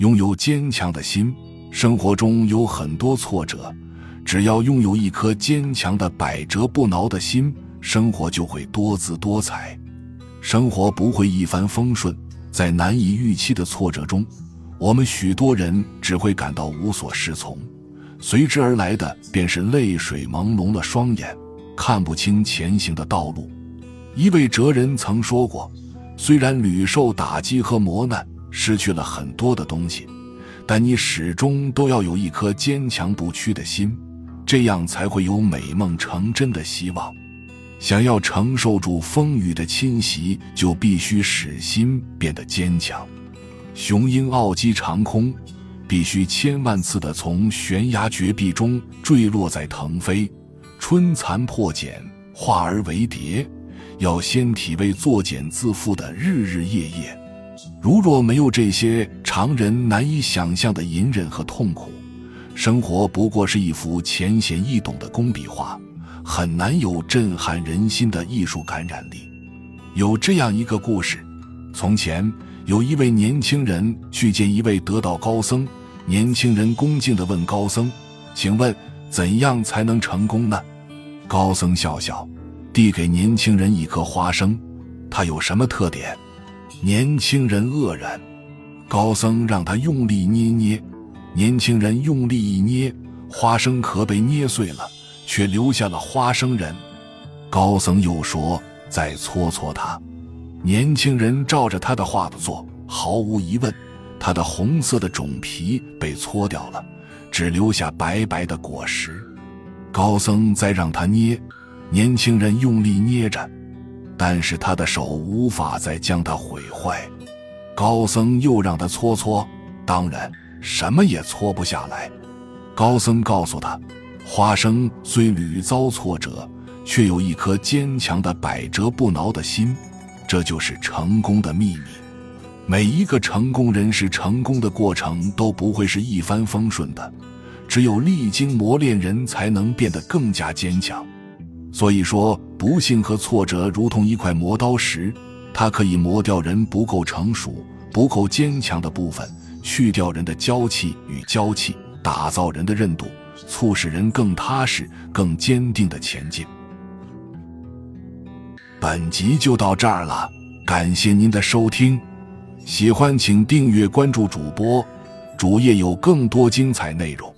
拥有坚强的心，生活中有很多挫折，只要拥有一颗坚强的百折不挠的心，生活就会多姿多彩。生活不会一帆风顺，在难以预期的挫折中，我们许多人只会感到无所适从，随之而来的便是泪水朦胧了双眼，看不清前行的道路。一位哲人曾说过，虽然屡受打击和磨难，失去了很多的东西，但你始终都要有一颗坚强不屈的心，这样才会有美梦成真的希望。想要承受住风雨的侵袭，就必须使心变得坚强。雄鹰傲击长空，必须千万次地从悬崖绝壁中坠落再腾飞。春蚕破茧，化而为蝶，要先体味作茧自缚的日日夜夜。如若没有这些常人难以想象的隐忍和痛苦，生活不过是一幅浅显易懂的工笔画，很难有震撼人心的艺术感染力。有这样一个故事，从前有一位年轻人去见一位得道高僧，年轻人恭敬地问高僧，请问怎样才能成功呢？高僧笑笑，递给年轻人一颗花生，它有什么特点？年轻人愕然。高僧让他用力捏捏，年轻人用力一捏，花生壳被捏碎了，却留下了花生仁。高僧又说，再搓搓它。年轻人照着他的话做，毫无疑问，他的红色的种皮被搓掉了，只留下白白的果实。高僧再让他捏，年轻人用力捏着，但是他的手无法再将它毁坏。高僧又让他搓搓，当然什么也搓不下来。高僧告诉他，花生虽屡遭挫折，却有一颗坚强的百折不挠的心，这就是成功的秘密。每一个成功人士成功的过程都不会是一帆风顺的，只有历经磨练，人才能变得更加坚强。所以说，不幸和挫折如同一块磨刀石，它可以磨掉人不够成熟、不够坚强的部分，去掉人的娇气与娇气，打造人的韧度，促使人更踏实、更坚定地前进。本集就到这儿了，感谢您的收听，喜欢请订阅关注主播，主页有更多精彩内容。